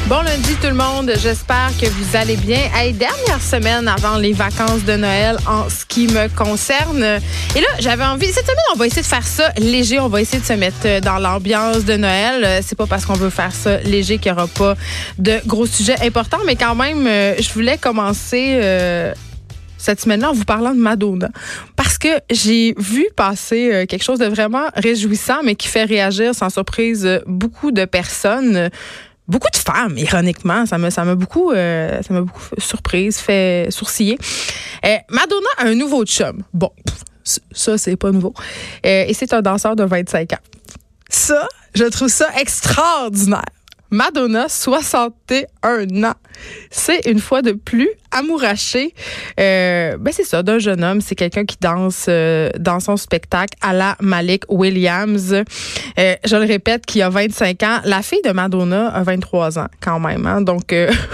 Bon lundi tout le monde, j'espère que vous allez bien. Hey, dernière semaine avant les vacances de Noël en ce qui me concerne. Et là, j'avais envie, cette semaine, on va essayer de faire ça léger, on va essayer de se mettre dans l'ambiance de Noël. C'est pas parce qu'on veut faire ça léger qu'il n'y aura pas de gros sujets importants, mais quand même, je voulais commencer cette semaine-là en vous parlant de Madonna. Parce que j'ai vu passer quelque chose de vraiment réjouissant, mais qui fait réagir sans surprise beaucoup de personnes. Beaucoup de femmes, ironiquement, ça m'a beaucoup surprise, fait sourciller. Madonna a un nouveau chum. Bon, ça c'est pas nouveau. Et c'est un danseur de 25 ans. Ça, je trouve ça extraordinaire. Madonna, 61 ans. C'est une fois de plus amouraché. C'est ça, d'un jeune homme. C'est quelqu'un qui danse dans son spectacle à la Malik Williams. Je le répète, qui a 25 ans. La fille de Madonna a 23 ans quand même. Hein? Donc,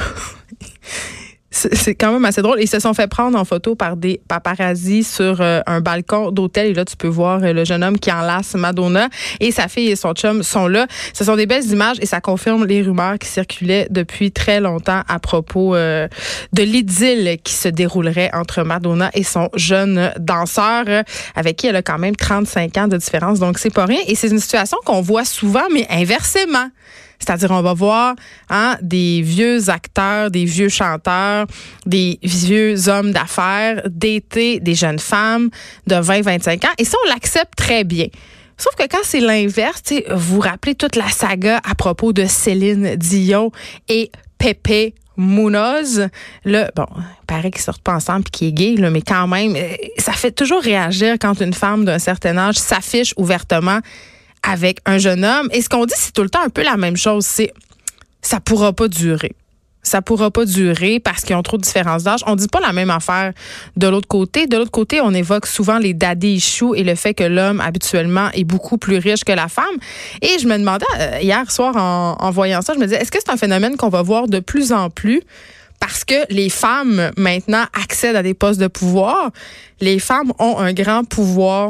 c'est quand même assez drôle. Ils se sont fait prendre en photo par des paparazzis sur un balcon d'hôtel. Et là, tu peux voir le jeune homme qui enlace Madonna. Et sa fille et son chum sont là. Ce sont des belles images et ça confirme les rumeurs qui circulaient depuis très longtemps à propos de l'idylle qui se déroulerait entre Madonna et son jeune danseur avec qui elle a quand même 35 ans de différence. Donc, c'est pas rien. Et c'est une situation qu'on voit souvent, mais inversement. C'est-à-dire, on va voir des vieux acteurs, des vieux chanteurs, des vieux hommes d'affaires dater des jeunes femmes de 20-25 ans. Et ça, on l'accepte très bien. Sauf que quand c'est l'inverse, vous vous rappelez toute la saga à propos de Céline Dion et Pepe Munoz. Là, bon, il paraît qu'ils sortent pas ensemble et qu'ils est gay, là, mais quand même, ça fait toujours réagir quand une femme d'un certain âge s'affiche ouvertement avec un jeune homme. Et ce qu'on dit, c'est tout le temps un peu la même chose. C'est ça pourra pas durer. Ça pourra pas durer parce qu'ils ont trop de différences d'âge. On dit pas la même affaire de l'autre côté. De l'autre côté, on évoque souvent les daddy issues et le fait que l'homme, habituellement, est beaucoup plus riche que la femme. Et je me demandais, hier soir, en voyant ça, je me disais, est-ce que c'est un phénomène qu'on va voir de plus en plus? Parce que les femmes, maintenant, accèdent à des postes de pouvoir. Les femmes ont un grand pouvoir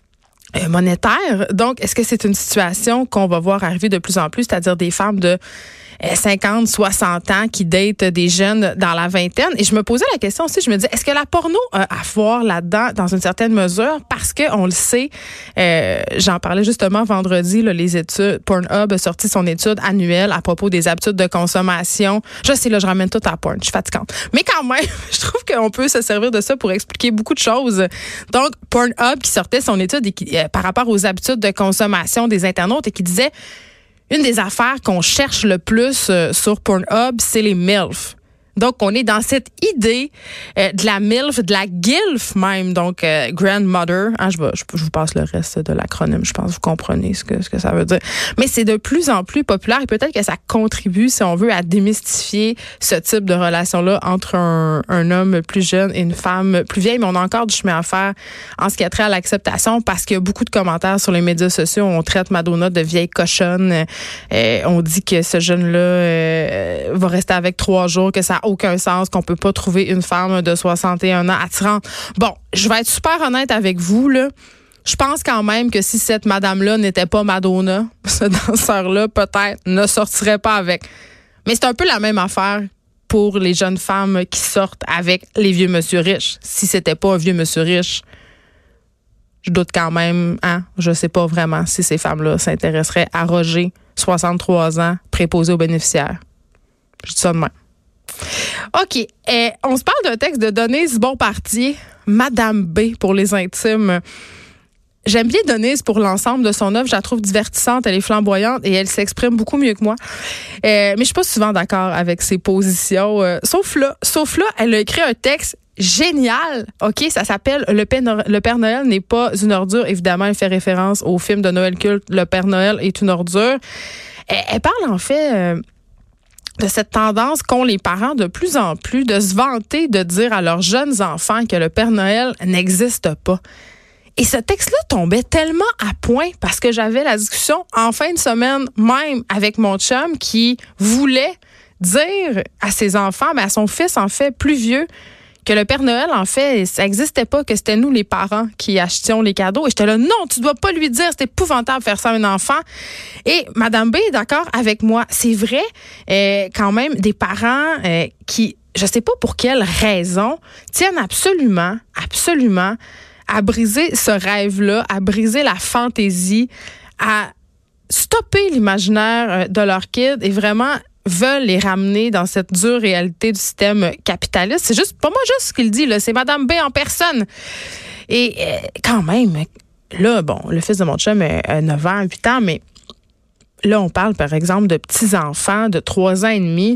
monétaire. Donc, est-ce que c'est une situation qu'on va voir arriver de plus en plus, c'est-à-dire des femmes de 50, 60 ans qui datent des jeunes dans la vingtaine? Et je me posais la question aussi, je me disais, est-ce que la porno a à voir là-dedans dans une certaine mesure? Parce que on le sait, j'en parlais justement vendredi, là, les études, Pornhub a sorti son étude annuelle à propos des habitudes de consommation. Je sais, là, je ramène tout à porn, je suis fatigante. Mais quand même, je trouve qu'on peut se servir de ça pour expliquer beaucoup de choses. Donc, Pornhub qui sortait son étude et qui, par rapport aux habitudes de consommation des internautes et qui disait une des affaires qu'on cherche le plus sur Pornhub, c'est les MILF. Donc, on est dans cette idée de la MILF, de la GILF même, donc Grandmother. Je vous passe le reste de l'acronyme, je pense que vous comprenez ce que ça veut dire. Mais c'est de plus en plus populaire et peut-être que ça contribue, si on veut, à démystifier ce type de relation-là entre un homme plus jeune et une femme plus vieille. Mais on a encore du chemin à faire en ce qui a trait à l'acceptation parce qu'il y a beaucoup de commentaires sur les médias sociaux. On traite Madonna de vieille cochonne. On dit que ce jeune-là va rester avec 3 jours, que ça aucun sens, qu'on peut pas trouver une femme de 61 ans attirante. Bon, je vais être super honnête avec vous, là. Je pense quand même que si cette madame-là n'était pas Madonna, ce danseur-là, peut-être, ne sortirait pas avec. Mais c'est un peu la même affaire pour les jeunes femmes qui sortent avec les vieux monsieur riches. Si c'était pas un vieux monsieur riche, je doute quand même, je sais pas vraiment si ces femmes-là s'intéresseraient à Roger, 63 ans, préposé aux bénéficiaires. Je dis ça de même. OK. On se parle d'un texte de Denise Bombardier, Madame B pour les intimes. J'aime bien Denise pour l'ensemble de son œuvre. Je la trouve divertissante, elle est flamboyante et elle s'exprime beaucoup mieux que moi. Mais je suis pas souvent d'accord avec ses positions. Sauf là, elle a écrit un texte génial. OK, ça s'appelle Le Père Noël n'est pas une ordure. Évidemment, elle fait référence au film de Noël culte Le Père Noël est une ordure. Elle parle en fait de cette tendance qu'ont les parents de plus en plus de se vanter de dire à leurs jeunes enfants que le Père Noël n'existe pas. Et ce texte-là tombait tellement à point parce que j'avais la discussion en fin de semaine même avec mon chum qui voulait dire à ses enfants, à son fils en fait plus vieux, que le Père Noël, en fait, ça n'existait pas, que c'était nous, les parents, qui achetions les cadeaux. Et j'étais là, non, tu ne dois pas lui dire, c'est épouvantable de faire ça à un enfant. Et Madame B est d'accord avec moi. C'est vrai, quand même, des parents qui, je sais pas pour quelle raison, tiennent absolument à briser ce rêve-là, à briser la fantaisie, à stopper l'imaginaire de leur kid et vraiment veulent les ramener dans cette dure réalité du système capitaliste. C'est juste, pas moi juste ce qu'il dit, là, c'est Madame B en personne. Et quand même, là, bon, le fils de mon chum a 9 ans, 8 ans, mais là, on parle, par exemple, de petits-enfants de 3 ans et demi,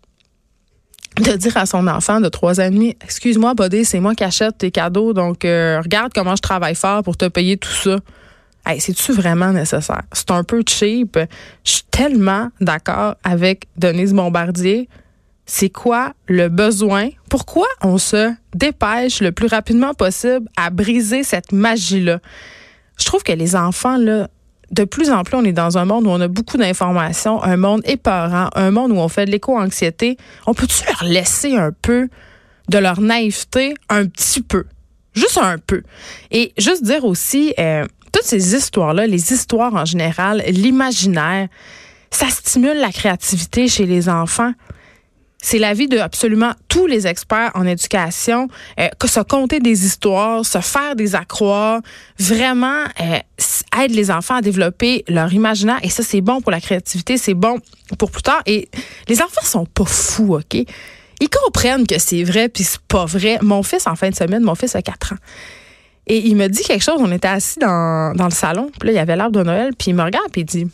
de dire à son enfant de 3 ans et demi, « Excuse-moi, Buddy, c'est moi qui achète tes cadeaux, donc regarde comment je travaille fort pour te payer tout ça. » Hey, c'est-tu vraiment nécessaire? C'est un peu cheap. Je suis tellement d'accord avec Denise Bombardier. C'est quoi le besoin? Pourquoi on se dépêche le plus rapidement possible à briser cette magie-là? Je trouve que les enfants, là, de plus en plus, on est dans un monde où on a beaucoup d'informations, un monde épeurant, un monde où on fait de l'éco-anxiété. On peut-tu leur laisser un peu de leur naïveté? Un petit peu. Juste un peu. Et juste dire aussi... toutes ces histoires-là, les histoires en général, l'imaginaire, ça stimule la créativité chez les enfants. C'est l'avis de absolument tous les experts en éducation, que se conter des histoires, se faire des accroires, vraiment aide les enfants à développer leur imaginaire. Et ça, c'est bon pour la créativité, c'est bon pour plus tard. Et les enfants sont pas fous, OK? Ils comprennent que c'est vrai puis c'est pas vrai. Mon fils, en fin de semaine, mon fils a 4 ans. Et il me dit quelque chose, on était assis dans le salon, puis là, il y avait l'arbre de Noël, puis il me regarde, puis il dit,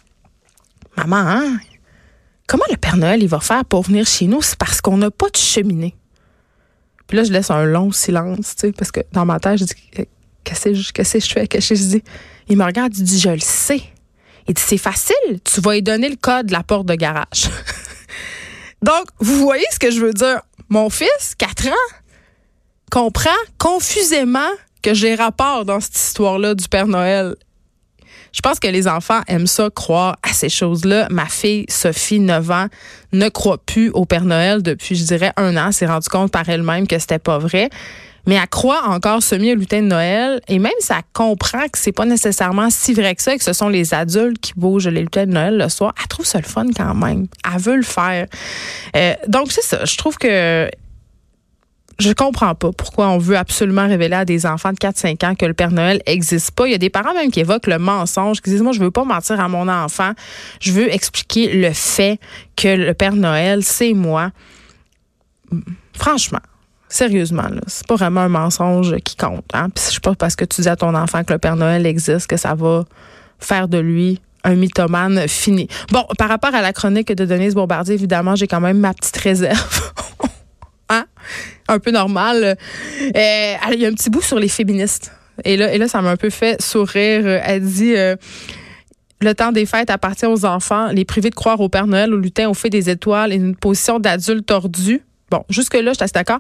« Maman, hein, comment le Père Noël, il va faire pour venir chez nous? C'est parce qu'on n'a pas de cheminée. » Puis là, je laisse un long silence, tu sais, parce que dans ma tête, je dis, « Qu'est-ce que je fais? Qu'est-ce que je dis? » Il me regarde, il dit, « Je le sais. » Il dit, « C'est facile, tu vas lui donner le code de la porte de garage. » Donc, vous voyez ce que je veux dire? Mon fils, 4 ans, comprend confusément que j'ai rapport dans cette histoire-là du Père Noël. Je pense que les enfants aiment ça, croire à ces choses-là. Ma fille, Sophie, 9 ans, ne croit plus au Père Noël depuis, je dirais, 1 an. Elle s'est rendue compte par elle-même que c'était pas vrai. Mais elle croit encore semi au lutin de Noël. Et même si elle comprend que c'est pas nécessairement si vrai que ça, que ce sont les adultes qui bougent les lutins de Noël le soir, elle trouve ça le fun quand même. Elle veut le faire. Donc, c'est ça. Je trouve que je comprends pas pourquoi on veut absolument révéler à des enfants de 4-5 ans que le Père Noël existe pas. Il y a des parents même qui évoquent le mensonge, qui disent, moi, je veux pas mentir à mon enfant. Je veux expliquer le fait que le Père Noël, c'est moi. Franchement, sérieusement, là, c'est pas vraiment un mensonge qui compte. Hein? Puis c'est pas parce que tu dis à ton enfant que le Père Noël existe que ça va faire de lui un mythomane fini. Bon, par rapport à la chronique de Denise Bombardier, évidemment, j'ai quand même ma petite réserve. Hein? Un peu normal. Il y a un petit bout sur les féministes. Et là, ça m'a un peu fait sourire. Elle dit, le temps des fêtes appartient aux enfants. Les privés de croire au Père Noël, au lutin, au fait des étoiles et une position d'adulte tordu. Bon, jusque-là, je suis assez d'accord.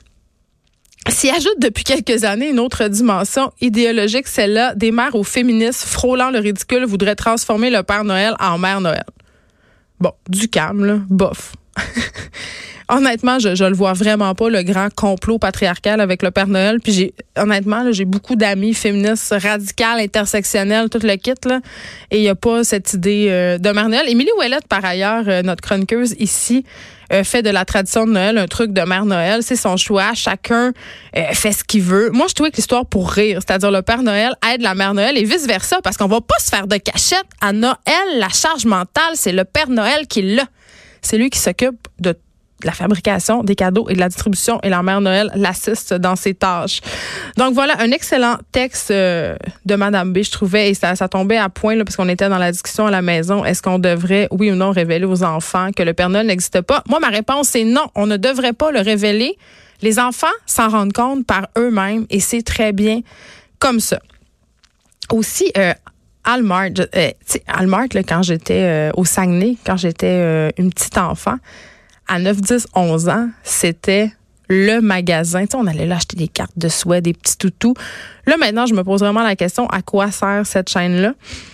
S'y ajoute depuis quelques années une autre dimension idéologique, celle-là des mères aux féministes frôlant le ridicule voudraient transformer le Père Noël en Mère Noël. Bon, du calme, là, bof. Honnêtement, je le vois vraiment pas, le grand complot patriarcal avec le Père Noël. Puis honnêtement, là, j'ai beaucoup d'amis féministes radicales, intersectionnelles, tout le kit, là. Et il n'y a pas cette idée de Mère Noël. Émilie Ouellette, par ailleurs, notre chroniqueuse ici, fait de la tradition de Noël un truc de Mère Noël. C'est son choix. Chacun fait ce qu'il veut. Moi, je trouvais que l'histoire pour rire, c'est-à-dire le Père Noël aide la Mère Noël et vice-versa, parce qu'on va pas se faire de cachette. À Noël, la charge mentale, c'est le Père Noël qui l'a. C'est lui qui s'occupe de la fabrication des cadeaux et de la distribution, et la Mère Noël l'assiste dans ses tâches. Donc voilà, un excellent texte de Madame B, je trouvais, et ça tombait à point là, parce qu'on était dans la discussion à la maison. Est-ce qu'on devrait, oui ou non, révéler aux enfants que le Père Noël n'existe pas? Moi, ma réponse, c'est non, on ne devrait pas le révéler. Les enfants s'en rendent compte par eux-mêmes, et c'est très bien comme ça. Aussi, Almart, là, quand j'étais au Saguenay, quand j'étais une petite enfant, à 9, 10, 11 ans, c'était le magasin. Tu sais, on allait là acheter des cartes de souhait, des petits toutous. Là, maintenant, je me pose vraiment la question, à quoi sert cette chaîne-là?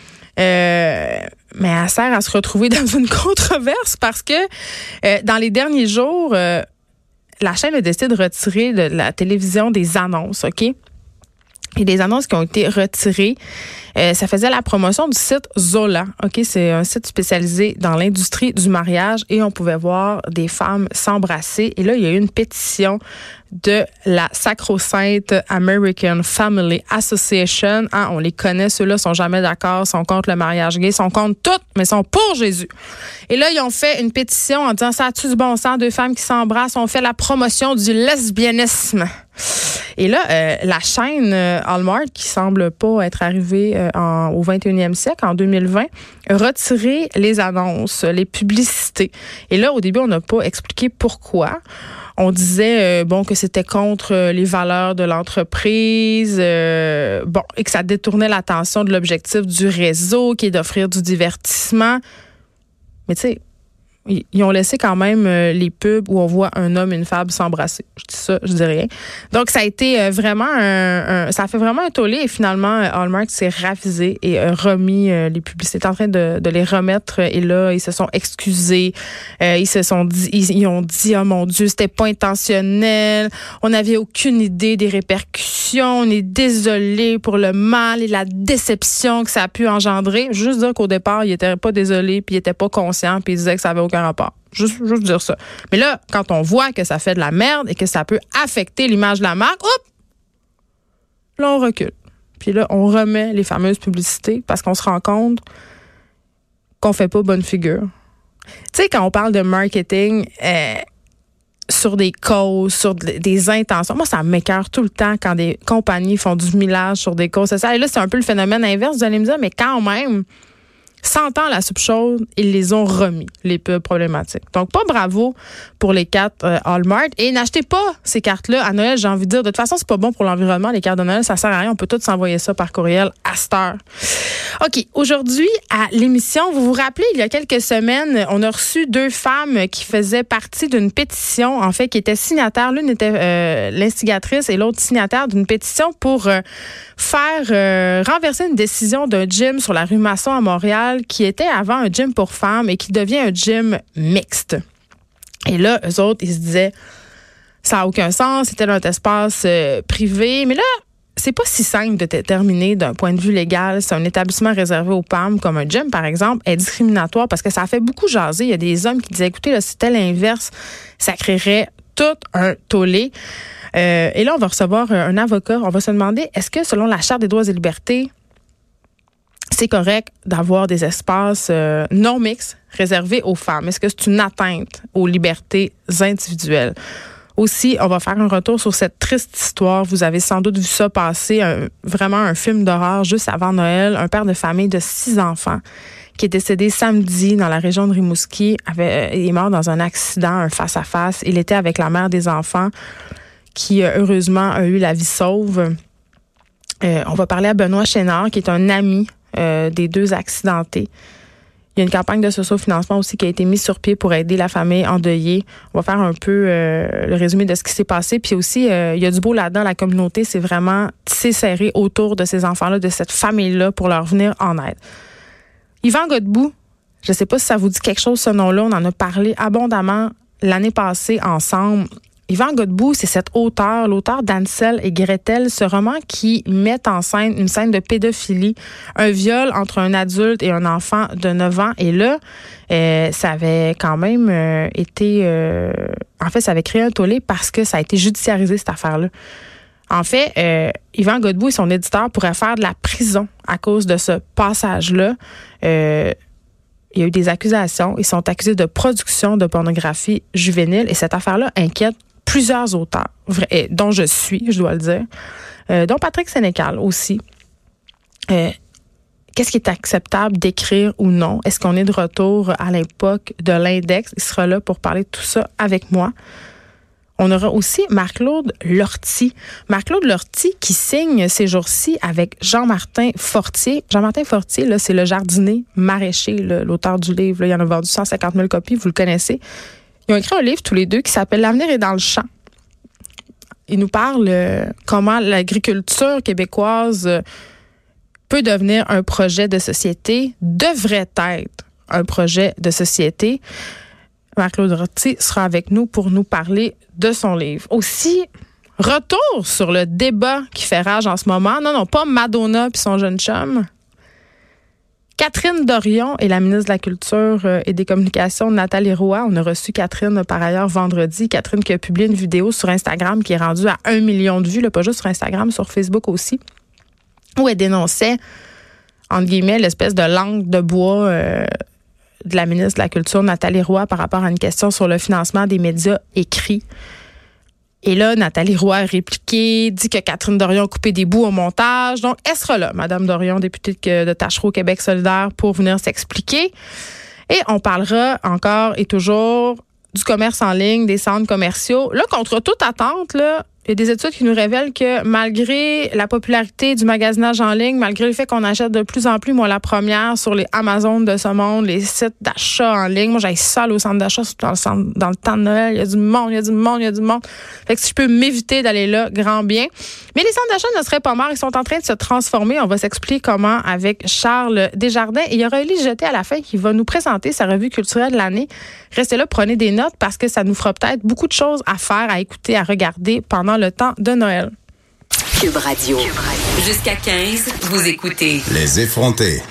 Mais elle sert à se retrouver dans une controverse parce que dans les derniers jours, la chaîne a décidé de retirer de la télévision des annonces, OK? Et des annonces qui ont été retirées. Ça faisait la promotion du site Zola. OK, c'est un site spécialisé dans l'industrie du mariage et on pouvait voir des femmes s'embrasser. Et là, il y a eu une pétition de la sacro-sainte American Family Association. Hein, on les connaît, ceux-là sont jamais d'accord, sont contre le mariage gay, sont contre tout, mais sont pour Jésus. Et là, ils ont fait une pétition en disant ça a-tu du bon sens, deux femmes qui s'embrassent, on fait la promotion du lesbianisme. Et là, la chaîne Hallmark, qui semble pas être arrivée au 21e siècle, en 2020, a retiré les annonces, les publicités. Et là, au début, on n'a pas expliqué pourquoi. On disait que c'était contre les valeurs de l'entreprise, et que ça détournait l'attention de l'objectif du réseau, qui est d'offrir du divertissement. Mais tu sais, ils ont laissé quand même les pubs où on voit un homme et une femme s'embrasser. Je dis ça, je dis rien. Donc, ça a été vraiment ça a fait vraiment un tollé et finalement, Hallmark s'est ravisé et remis les publicités. Il est en train de les remettre et là, ils se sont excusés. Ils ont dit, oh mon Dieu, c'était pas intentionnel. On n'avait aucune idée des répercussions. On est désolé pour le mal et la déception que ça a pu engendrer. Juste dire qu'au départ, ils étaient pas désolés puis ils étaient pas conscients puis ils disaient que ça avait aucun rapport. Juste dire ça. Mais là, quand on voit que ça fait de la merde et que ça peut affecter l'image de la marque, là, on recule. Puis là, on remet les fameuses publicités parce qu'on se rend compte qu'on fait pas bonne figure. Tu sais, quand on parle de marketing sur des causes, sur des intentions, moi, ça m'écoeure tout le temps quand des compagnies font du millage sur des causes. Et là, c'est un peu le phénomène inverse, vous allez me dire, mais quand même, 100 ans à la soupe chaude, ils les ont remis, les pubs problématiques. Donc, pas bravo pour les cartes Hallmark. Et n'achetez pas ces cartes-là à Noël, j'ai envie de dire. De toute façon, c'est pas bon pour l'environnement, les cartes de Noël. Ça sert à rien. On peut tous s'envoyer ça par courriel à cette heure. OK. Aujourd'hui, à l'émission, vous vous rappelez, il y a quelques semaines, on a reçu deux femmes qui faisaient partie d'une pétition, en fait, qui étaient signataires. L'une était l'instigatrice et l'autre signataire d'une pétition pour faire renverser une décision d'un gym sur la rue Masson à Montréal qui était avant un gym pour femmes et qui devient un gym mixte. Et là, eux autres, ils se disaient, ça n'a aucun sens, c'était un espace privé. Mais là, c'est pas si simple de déterminer d'un point de vue légal si un établissement réservé aux femmes, comme un gym, par exemple, est discriminatoire parce que ça a fait beaucoup jaser. Il y a des hommes qui disaient, écoutez, là, si c'était l'inverse, ça créerait tout un tollé. Et là, on va recevoir un avocat. On va se demander, est-ce que selon la Charte des droits et libertés, c'est correct d'avoir des espaces non mixtes réservés aux femmes? Est-ce que c'est une atteinte aux libertés individuelles? Aussi, on va faire un retour sur cette triste histoire. Vous avez sans doute vu ça passer, vraiment un film d'horreur juste avant Noël. Un père de famille de 6 enfants qui est décédé samedi dans la région de Rimouski. Il est mort dans un accident, un face-à-face. Il était avec la mère des enfants qui, heureusement, a eu la vie sauve. On va parler à Benoît Chénard, qui est un ami des deux accidentés. Il y a une campagne de socio-financement aussi qui a été mise sur pied pour aider la famille endeuillée. On va faire un peu le résumé de ce qui s'est passé. Puis aussi, il y a du beau là-dedans. La communauté s'est vraiment tissée serrée autour de ces enfants-là, de cette famille-là, pour leur venir en aide. Yvan Godbout, je ne sais pas si ça vous dit quelque chose, ce nom-là. On en a parlé abondamment l'année passée ensemble. Yvan Godbout, c'est cet auteur, l'auteur d'Hansel et Gretel, ce roman qui met en scène une scène de pédophilie, un viol entre un adulte et un enfant de 9 ans. Et là, ça avait quand même été... en fait, ça avait créé un tollé parce que ça a été judiciarisé, cette affaire-là. En fait, Yvan Godbout et son éditeur pourraient faire de la prison à cause de ce passage-là. Il y a eu des accusations. Ils sont accusés de production de pornographie juvénile. Et cette affaire-là inquiète plusieurs auteurs, dont je suis, je dois le dire, dont Patrick Sénécal aussi. Qu'est-ce qui est acceptable d'écrire ou non? Est-ce qu'on est de retour à l'époque de l'index? Il sera là pour parler de tout ça avec moi. On aura aussi Marc-Claude Lortie. Marc-Claude Lortie qui signe ces jours-ci avec Jean-Martin Fortier. Jean-Martin Fortier, là, c'est le jardinier maraîcher, l'auteur du livre. Là, il en a vendu 150 000 copies, vous le connaissez. Ils ont écrit un livre tous les deux qui s'appelle « L'avenir est dans le champ ». Il nous parle comment l'agriculture québécoise peut devenir un projet de société, devrait être un projet de société. Marc-Claude Rottier sera avec nous pour nous parler de son livre. Aussi, retour sur le débat qui fait rage en ce moment. Non, pas Madonna puis son jeune chum. Catherine Dorion et la ministre de la Culture et des Communications, Nathalie Roy. On a reçu Catherine par ailleurs vendredi. Catherine qui a publié une vidéo sur Instagram qui est rendue à 1 million de vues, là, pas juste sur Instagram, sur Facebook aussi, où elle dénonçait, entre guillemets, l'espèce de langue de bois de la ministre de la Culture, Nathalie Roy, par rapport à une question sur le financement des médias écrits. Et là, Nathalie Roy a répliqué, dit que Catherine Dorion a coupé des bouts au montage. Donc, elle sera là, Mme Dorion, députée de Tachereau Québec solidaire, pour venir s'expliquer. Et on parlera encore et toujours du commerce en ligne, des centres commerciaux. Là, contre toute attente, là, il y a des études qui nous révèlent que malgré la popularité du magasinage en ligne, malgré le fait qu'on achète de plus en plus, moi, la première sur les Amazon de ce monde, les sites d'achat en ligne. Moi, j'aille seule au centre d'achat, surtout dans le temps de Noël. Il y a du monde. Fait que si je peux m'éviter d'aller là, grand bien. Mais les centres d'achat ne seraient pas morts. Ils sont en train de se transformer. On va s'expliquer comment avec Charles Desjardins. Et il y aura Élie Jeté à la fin qui va nous présenter sa revue culturelle de l'année. Restez là, prenez des notes parce que ça nous fera peut-être beaucoup de choses à faire, à écouter, à regarder pendant le temps de Noël. Cube Radio. Jusqu'à 15, vous écoutez Les effrontés.